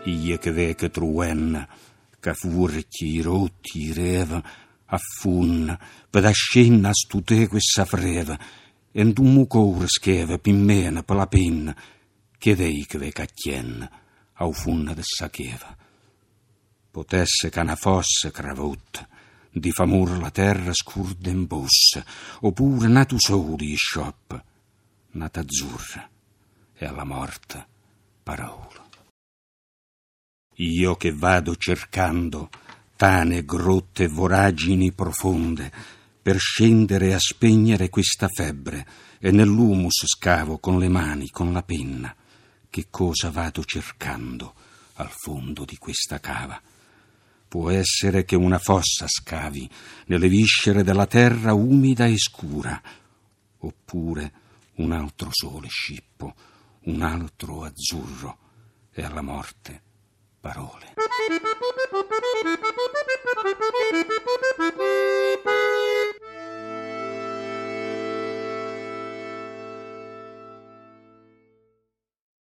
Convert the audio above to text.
Io che ve che truenna, che furti, rotti, reva, affun, pedascenna stute questa freva, e un mucore scheva, pimmena, per la penna, che dei che ve cacchienna, au funna de sacheva. Potesse che na fosse cravutta, di famur la terra scurda in bossa, oppure natu soli scioppa, nata azzurra, e alla morte parola. Io che vado cercando tane grotte voragini profonde per scendere a spegnere questa febbre, e nell'humus scavo con le mani, con la penna, che cosa vado cercando al fondo di questa cava. Può essere che una fossa scavi nelle viscere della terra umida e scura, oppure un altro sole scippo, un altro azzurro, e alla morte parole.